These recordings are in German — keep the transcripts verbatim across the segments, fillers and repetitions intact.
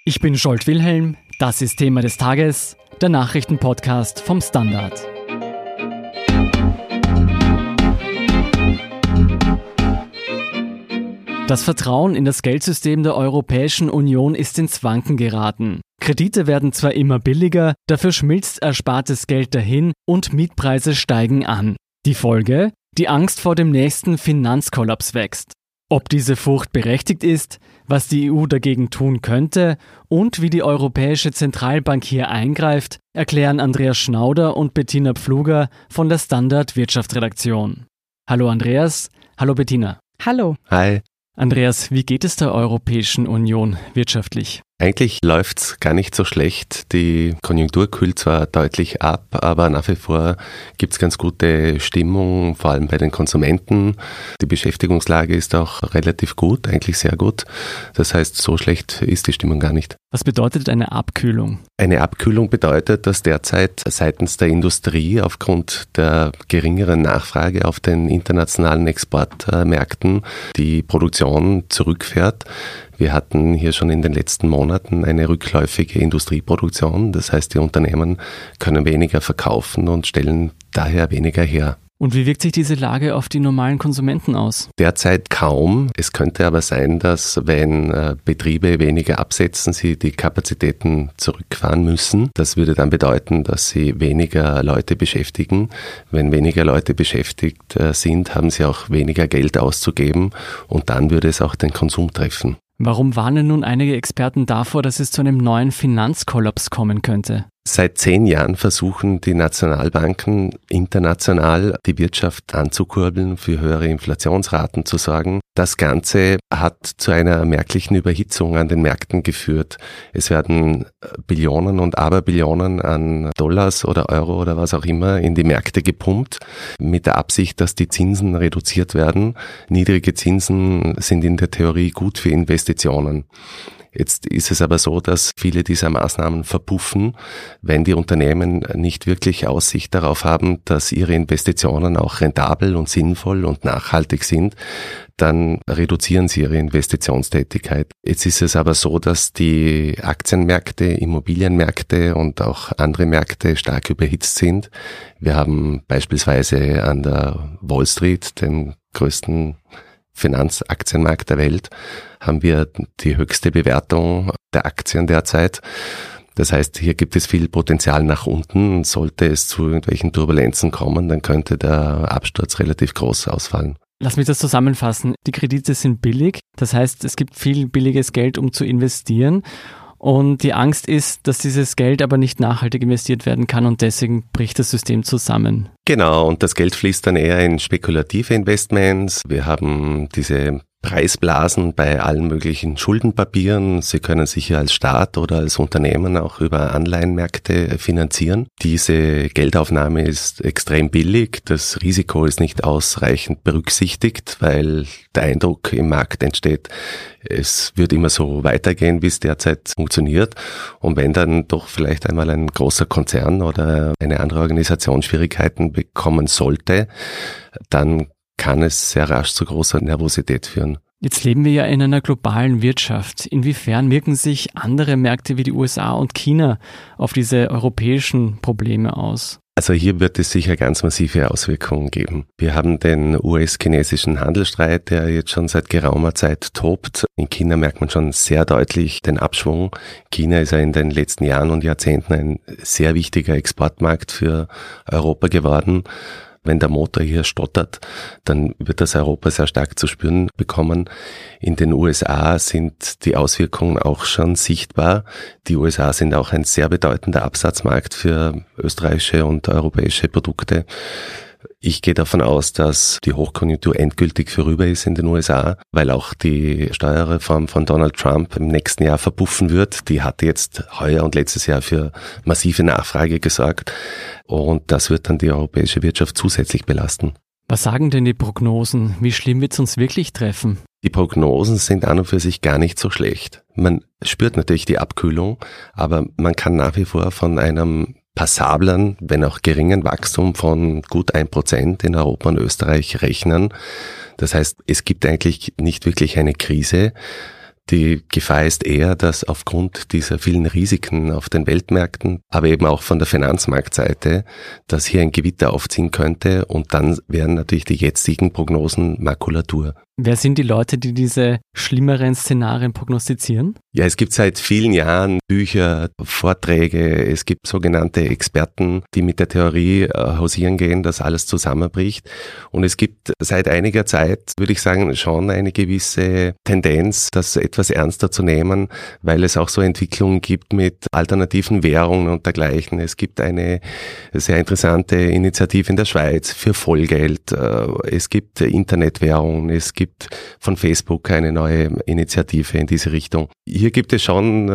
Ich bin Scholt Wilhelm, das ist Thema des Tages, der Nachrichtenpodcast vom Standard. Das Vertrauen in das Geldsystem der Europäischen Union ist ins Wanken geraten. Kredite werden zwar immer billiger, dafür schmilzt erspartes Geld dahin und Mietpreise steigen an. Die Folge? Die Angst vor dem nächsten Finanzkollaps wächst. Ob diese Furcht berechtigt ist, was die E U dagegen tun könnte und wie die Europäische Zentralbank hier eingreift, erklären Andreas Schnauder und Bettina Pfluger von der Standard Wirtschaftsredaktion. Hallo Andreas, hallo Bettina. Hallo. Hi. Andreas, wie geht es der Europäischen Union wirtschaftlich? Eigentlich läuft's gar nicht so schlecht. Die Konjunktur kühlt zwar deutlich ab, aber nach wie vor gibt's ganz gute Stimmung, vor allem bei den Konsumenten. Die Beschäftigungslage ist auch relativ gut, eigentlich sehr gut. Das heißt, so schlecht ist die Stimmung gar nicht. Was bedeutet eine Abkühlung? Eine Abkühlung bedeutet, dass derzeit seitens der Industrie aufgrund der geringeren Nachfrage auf den internationalen Exportmärkten die Produktion zurückfährt. Wir hatten hier schon in den letzten Monaten eine rückläufige Industrieproduktion. Das heißt, die Unternehmen können weniger verkaufen und stellen daher weniger her. Und wie wirkt sich diese Lage auf die normalen Konsumenten aus? Derzeit kaum. Es könnte aber sein, dass wenn äh, Betriebe weniger absetzen, sie die Kapazitäten zurückfahren müssen. Das würde dann bedeuten, dass sie weniger Leute beschäftigen. Wenn weniger Leute beschäftigt äh, sind, haben sie auch weniger Geld auszugeben und dann würde es auch den Konsum treffen. Warum warnen nun einige Experten davor, dass es zu einem neuen Finanzkollaps kommen könnte? Seit zehn Jahren versuchen die Nationalbanken international die Wirtschaft anzukurbeln, für höhere Inflationsraten zu sorgen. Das Ganze hat zu einer merklichen Überhitzung an den Märkten geführt. Es werden Billionen und Aberbillionen an Dollars oder Euro oder was auch immer in die Märkte gepumpt, mit der Absicht, dass die Zinsen reduziert werden. Niedrige Zinsen sind in der Theorie gut für Investitionen. Jetzt ist es aber so, dass viele dieser Maßnahmen verpuffen, wenn die Unternehmen nicht wirklich Aussicht darauf haben, dass ihre Investitionen auch rentabel und sinnvoll und nachhaltig sind, dann reduzieren sie ihre Investitionstätigkeit. Jetzt ist es aber so, dass die Aktienmärkte, Immobilienmärkte und auch andere Märkte stark überhitzt sind. Wir haben beispielsweise an der Wall Street, dem größten Finanzaktienmarkt der Welt, haben wir die höchste Bewertung der Aktien derzeit. Das heißt, hier gibt es viel Potenzial nach unten. Sollte es zu irgendwelchen Turbulenzen kommen, dann könnte der Absturz relativ groß ausfallen. Lass mich das zusammenfassen. Die Kredite sind billig, das heißt, es gibt viel billiges Geld, um zu investieren. Und die Angst ist, dass dieses Geld aber nicht nachhaltig investiert werden kann und deswegen bricht das System zusammen. Genau, und das Geld fließt dann eher in spekulative Investments. Wir haben diese Preisblasen bei allen möglichen Schuldenpapieren. Sie können sich ja als Staat oder als Unternehmen auch über Anleihenmärkte finanzieren. Diese Geldaufnahme ist extrem billig. Das Risiko ist nicht ausreichend berücksichtigt, weil der Eindruck im Markt entsteht, es wird immer so weitergehen, wie es derzeit funktioniert. Und wenn dann doch vielleicht einmal ein großer Konzern oder eine andere Organisation Schwierigkeiten bekommen sollte, dann kann es sehr rasch zu großer Nervosität führen. Jetzt leben wir ja in einer globalen Wirtschaft. Inwiefern wirken sich andere Märkte wie die U S A und China auf diese europäischen Probleme aus? Also hier wird es sicher ganz massive Auswirkungen geben. Wir haben den U S-chinesischen Handelsstreit, der jetzt schon seit geraumer Zeit tobt. In China merkt man schon sehr deutlich den Abschwung. China ist ja in den letzten Jahren und Jahrzehnten ein sehr wichtiger Exportmarkt für Europa geworden. Wenn der Motor hier stottert, dann wird das Europa sehr stark zu spüren bekommen. In den U S A sind die Auswirkungen auch schon sichtbar. Die U S A sind auch ein sehr bedeutender Absatzmarkt für österreichische und europäische Produkte. Ich gehe davon aus, dass die Hochkonjunktur endgültig vorüber ist in den U S A, weil auch die Steuerreform von Donald Trump im nächsten Jahr verpuffen wird. Die hat jetzt heuer und letztes Jahr für massive Nachfrage gesorgt und das wird dann die europäische Wirtschaft zusätzlich belasten. Was sagen denn die Prognosen? Wie schlimm wird es uns wirklich treffen? Die Prognosen sind an und für sich gar nicht so schlecht. Man spürt natürlich die Abkühlung, aber man kann nach wie vor von einem passablen, wenn auch geringen Wachstum von gut ein Prozent in Europa und Österreich rechnen. Das heißt, es gibt eigentlich nicht wirklich eine Krise. Die Gefahr ist eher, dass aufgrund dieser vielen Risiken auf den Weltmärkten, aber eben auch von der Finanzmarktseite, dass hier ein Gewitter aufziehen könnte und dann wären natürlich die jetzigen Prognosen Makulatur. Wer sind die Leute, die diese schlimmeren Szenarien prognostizieren? Ja, es gibt seit vielen Jahren Bücher, Vorträge, es gibt sogenannte Experten, die mit der Theorie äh, hausieren gehen, dass alles zusammenbricht. Und es gibt seit einiger Zeit, würde ich sagen, schon eine gewisse Tendenz, das etwas ernster zu nehmen, weil es auch so Entwicklungen gibt mit alternativen Währungen und dergleichen. Es gibt eine sehr interessante Initiative in der Schweiz für Vollgeld. Es gibt Internetwährungen, es gibt von Facebook eine neue Initiative in diese Richtung. Hier gibt es schon,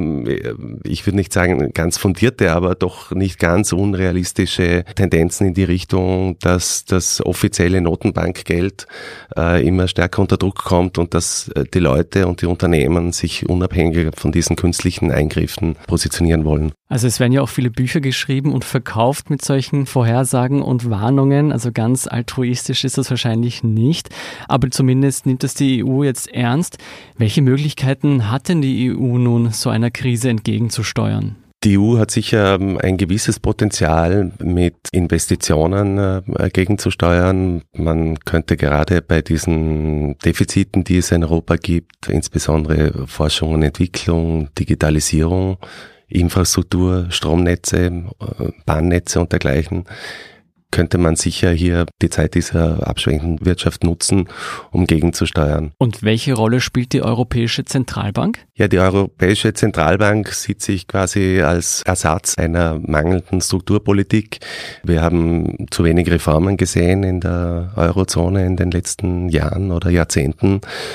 ich würde nicht sagen ganz fundierte, aber doch nicht ganz unrealistische Tendenzen in die Richtung, dass das offizielle Notenbankgeld immer stärker unter Druck kommt und dass die Leute und die Unternehmen sich unabhängig von diesen künstlichen Eingriffen positionieren wollen. Also es werden ja auch viele Bücher geschrieben und verkauft mit solchen Vorhersagen und Warnungen. Also ganz altruistisch ist das wahrscheinlich nicht. Aber zumindest nimmt das die E U jetzt ernst. Welche Möglichkeiten hat denn die E U nun, so einer Krise entgegenzusteuern? Die E U hat sicher ein gewisses Potenzial, mit Investitionen gegenzusteuern. Man könnte gerade bei diesen Defiziten, die es in Europa gibt, insbesondere Forschung und Entwicklung, Digitalisierung, Infrastruktur, Stromnetze, Bahnnetze und dergleichen, könnte man sicher hier die Zeit dieser abschwächenden Wirtschaft nutzen, um gegenzusteuern. Und welche Rolle spielt die Europäische Zentralbank? Ja, die Europäische Zentralbank sieht sich quasi als Ersatz einer mangelnden Strukturpolitik. Wir haben zu wenig Reformen gesehen in der Eurozone in den letzten Jahren oder Jahrzehnten.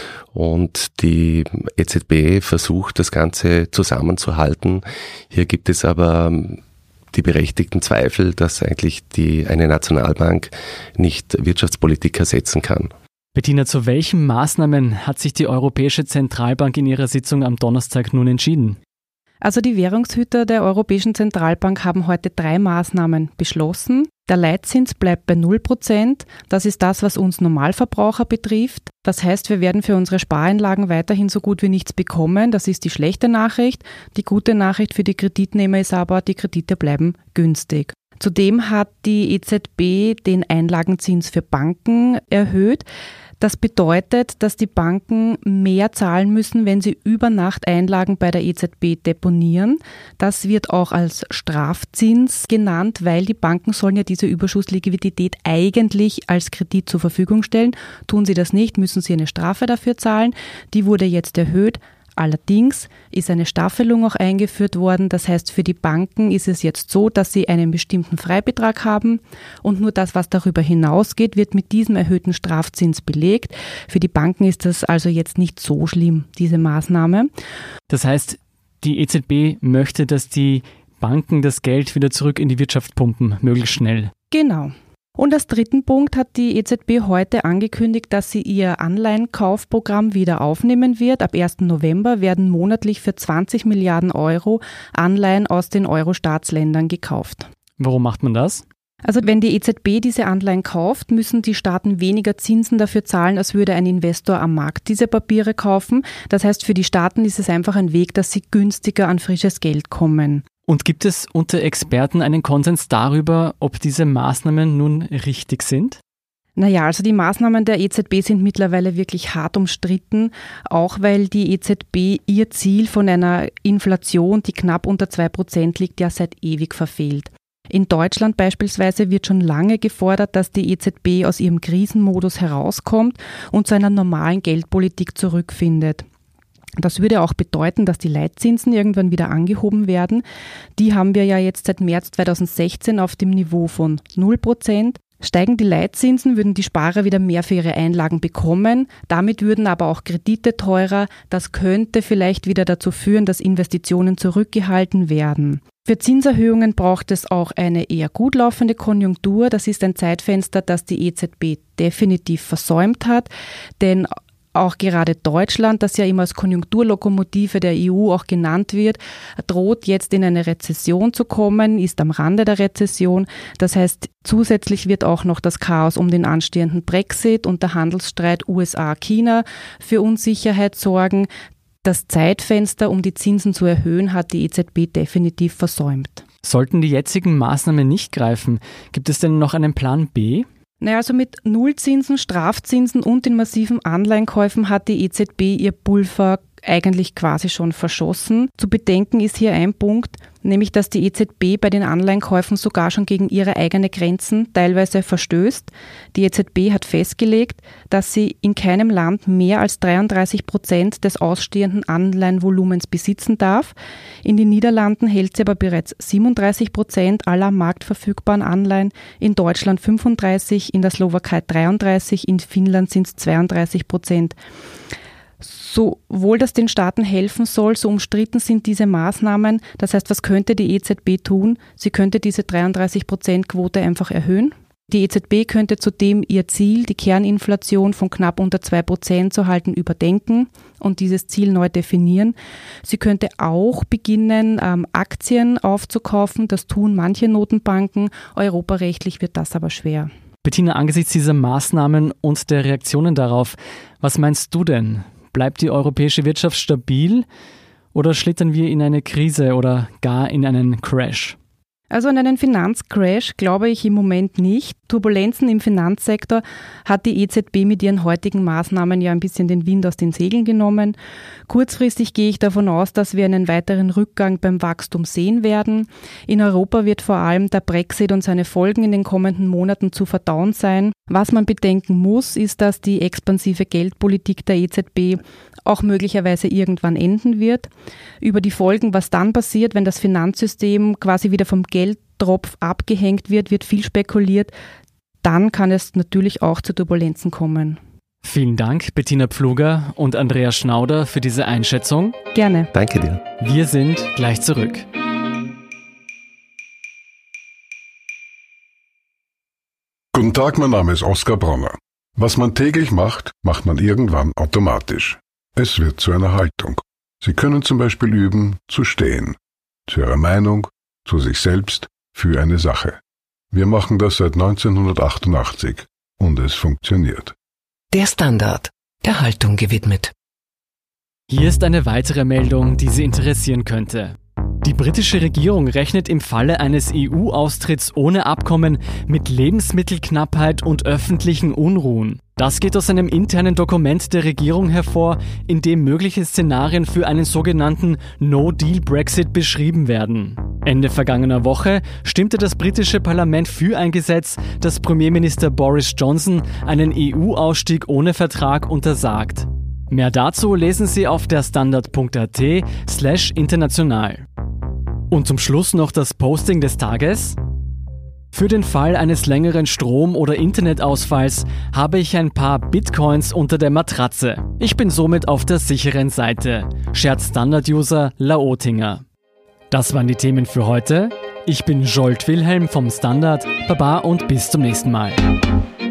Und die E Z B versucht, das Ganze zusammenzuhalten. Hier gibt es aber die berechtigten Zweifel, dass eigentlich die, eine Nationalbank nicht Wirtschaftspolitik ersetzen kann. Bettina, zu welchen Maßnahmen hat sich die Europäische Zentralbank in ihrer Sitzung am Donnerstag nun entschieden? Also die Währungshüter der Europäischen Zentralbank haben heute drei Maßnahmen beschlossen. Der Leitzins bleibt bei null Prozent. Das ist das, was uns Normalverbraucher betrifft. Das heißt, wir werden für unsere Spareinlagen weiterhin so gut wie nichts bekommen. Das ist die schlechte Nachricht. Die gute Nachricht für die Kreditnehmer ist aber, die Kredite bleiben günstig. Zudem hat die E Z B den Einlagenzins für Banken erhöht. Das bedeutet, dass die Banken mehr zahlen müssen, wenn sie über Nacht Einlagen bei der E Z B deponieren. Das wird auch als Strafzins genannt, weil die Banken sollen ja diese Überschussliquidität eigentlich als Kredit zur Verfügung stellen. Tun sie das nicht, müssen sie eine Strafe dafür zahlen. Die wurde jetzt erhöht. Allerdings ist eine Staffelung auch eingeführt worden. Das heißt, für die Banken ist es jetzt so, dass sie einen bestimmten Freibetrag haben und nur das, was darüber hinausgeht, wird mit diesem erhöhten Strafzins belegt. Für die Banken ist das also jetzt nicht so schlimm, diese Maßnahme. Das heißt, die E Z B möchte, dass die Banken das Geld wieder zurück in die Wirtschaft pumpen, möglichst schnell. Genau. Und als dritten Punkt hat die E Z B heute angekündigt, dass sie ihr Anleihenkaufprogramm wieder aufnehmen wird. Ab ersten November werden monatlich für zwanzig Milliarden Euro Anleihen aus den Euro-Staatsländern gekauft. Warum macht man das? Also wenn die E Z B diese Anleihen kauft, müssen die Staaten weniger Zinsen dafür zahlen, als würde ein Investor am Markt diese Papiere kaufen. Das heißt, für die Staaten ist es einfach ein Weg, dass sie günstiger an frisches Geld kommen. Und gibt es unter Experten einen Konsens darüber, ob diese Maßnahmen nun richtig sind? Naja, also die Maßnahmen der E Z B sind mittlerweile wirklich hart umstritten, auch weil die E Z B ihr Ziel von einer Inflation, die knapp unter zwei Prozent liegt, ja seit ewig verfehlt. In Deutschland beispielsweise wird schon lange gefordert, dass die E Z B aus ihrem Krisenmodus herauskommt und zu einer normalen Geldpolitik zurückfindet. Das würde auch bedeuten, dass die Leitzinsen irgendwann wieder angehoben werden. Die haben wir ja jetzt seit März zweitausendsechzehn auf dem Niveau von null Prozent. Steigen die Leitzinsen, würden die Sparer wieder mehr für ihre Einlagen bekommen. Damit würden aber auch Kredite teurer. Das könnte vielleicht wieder dazu führen, dass Investitionen zurückgehalten werden. Für Zinserhöhungen braucht es auch eine eher gut laufende Konjunktur. Das ist ein Zeitfenster, das die E Z B definitiv versäumt hat, denn auch gerade Deutschland, das ja immer als Konjunkturlokomotive der E U auch genannt wird, droht jetzt in eine Rezession zu kommen, ist am Rande der Rezession. Das heißt, zusätzlich wird auch noch das Chaos um den anstehenden Brexit und der Handelsstreit U S A China für Unsicherheit sorgen. Das Zeitfenster, um die Zinsen zu erhöhen, hat die E Z B definitiv versäumt. Sollten die jetzigen Maßnahmen nicht greifen, gibt es denn noch einen Plan B? Naja, also mit Nullzinsen, Strafzinsen und den massiven Anleihenkäufen hat die E Z B ihr Pulver eigentlich quasi schon verschossen. Zu bedenken ist hier ein Punkt, nämlich dass die E Z B bei den Anleihenkäufen sogar schon gegen ihre eigenen Grenzen teilweise verstößt. Die E Z B hat festgelegt, dass sie in keinem Land mehr als dreiunddreißig Prozent des ausstehenden Anleihenvolumens besitzen darf. In den Niederlanden hält sie aber bereits siebenunddreißig Prozent aller marktverfügbaren Anleihen, in Deutschland fünfunddreißig, in der Slowakei dreiunddreißig, in Finnland sind es zweiunddreißig Prozent. Sowohl das den Staaten helfen soll, so umstritten sind diese Maßnahmen. Das heißt, was könnte die E Z B tun? Sie könnte diese dreiunddreißig Prozent Quote einfach erhöhen. Die E Z B könnte zudem ihr Ziel, die Kerninflation von knapp unter zwei Prozent zu halten, überdenken und dieses Ziel neu definieren. Sie könnte auch beginnen, ähm, Aktien aufzukaufen. Das tun manche Notenbanken. Europarechtlich wird das aber schwer. Bettina, angesichts dieser Maßnahmen und der Reaktionen darauf, was meinst du denn? Bleibt die europäische Wirtschaft stabil oder schlittern wir in eine Krise oder gar in einen Crash? Also an einen Finanzcrash glaube ich im Moment nicht. Turbulenzen im Finanzsektor hat die E Z B mit ihren heutigen Maßnahmen ja ein bisschen den Wind aus den Segeln genommen. Kurzfristig gehe ich davon aus, dass wir einen weiteren Rückgang beim Wachstum sehen werden. In Europa wird vor allem der Brexit und seine Folgen in den kommenden Monaten zu verdauen sein. Was man bedenken muss, ist, dass die expansive Geldpolitik der E Z B auch möglicherweise irgendwann enden wird. Über die Folgen, was dann passiert, wenn das Finanzsystem quasi wieder vom Geldtropf abgehängt wird, wird viel spekuliert. Dann kann es natürlich auch zu Turbulenzen kommen. Vielen Dank, Bettina Pfluger und Andrea Schnauder, für diese Einschätzung. Gerne. Danke dir. Wir sind gleich zurück. Guten Tag, mein Name ist Oskar Bronner. Was man täglich macht, macht man irgendwann automatisch. Es wird zu einer Haltung. Sie können zum Beispiel üben, zu stehen. Zu Ihrer Meinung, zu sich selbst, für eine Sache. Wir machen das seit neunzehnhundertachtundachtzig und es funktioniert. Der Standard, der Haltung gewidmet. Hier ist eine weitere Meldung, die Sie interessieren könnte. Die britische Regierung rechnet im Falle eines E U-Austritts ohne Abkommen mit Lebensmittelknappheit und öffentlichen Unruhen. Das geht aus einem internen Dokument der Regierung hervor, in dem mögliche Szenarien für einen sogenannten No-Deal-Brexit beschrieben werden. Ende vergangener Woche stimmte das britische Parlament für ein Gesetz, das Premierminister Boris Johnson einen E U-Ausstieg ohne Vertrag untersagt. Mehr dazu lesen Sie auf der standard punkt at slash international. Und zum Schluss noch das Posting des Tages. Für den Fall eines längeren Strom- oder Internetausfalls habe ich ein paar Bitcoins unter der Matratze. Ich bin somit auf der sicheren Seite. Scherzt Standard-User Laotinger. Das waren die Themen für heute. Ich bin Jolt Wilhelm vom Standard. Baba und bis zum nächsten Mal.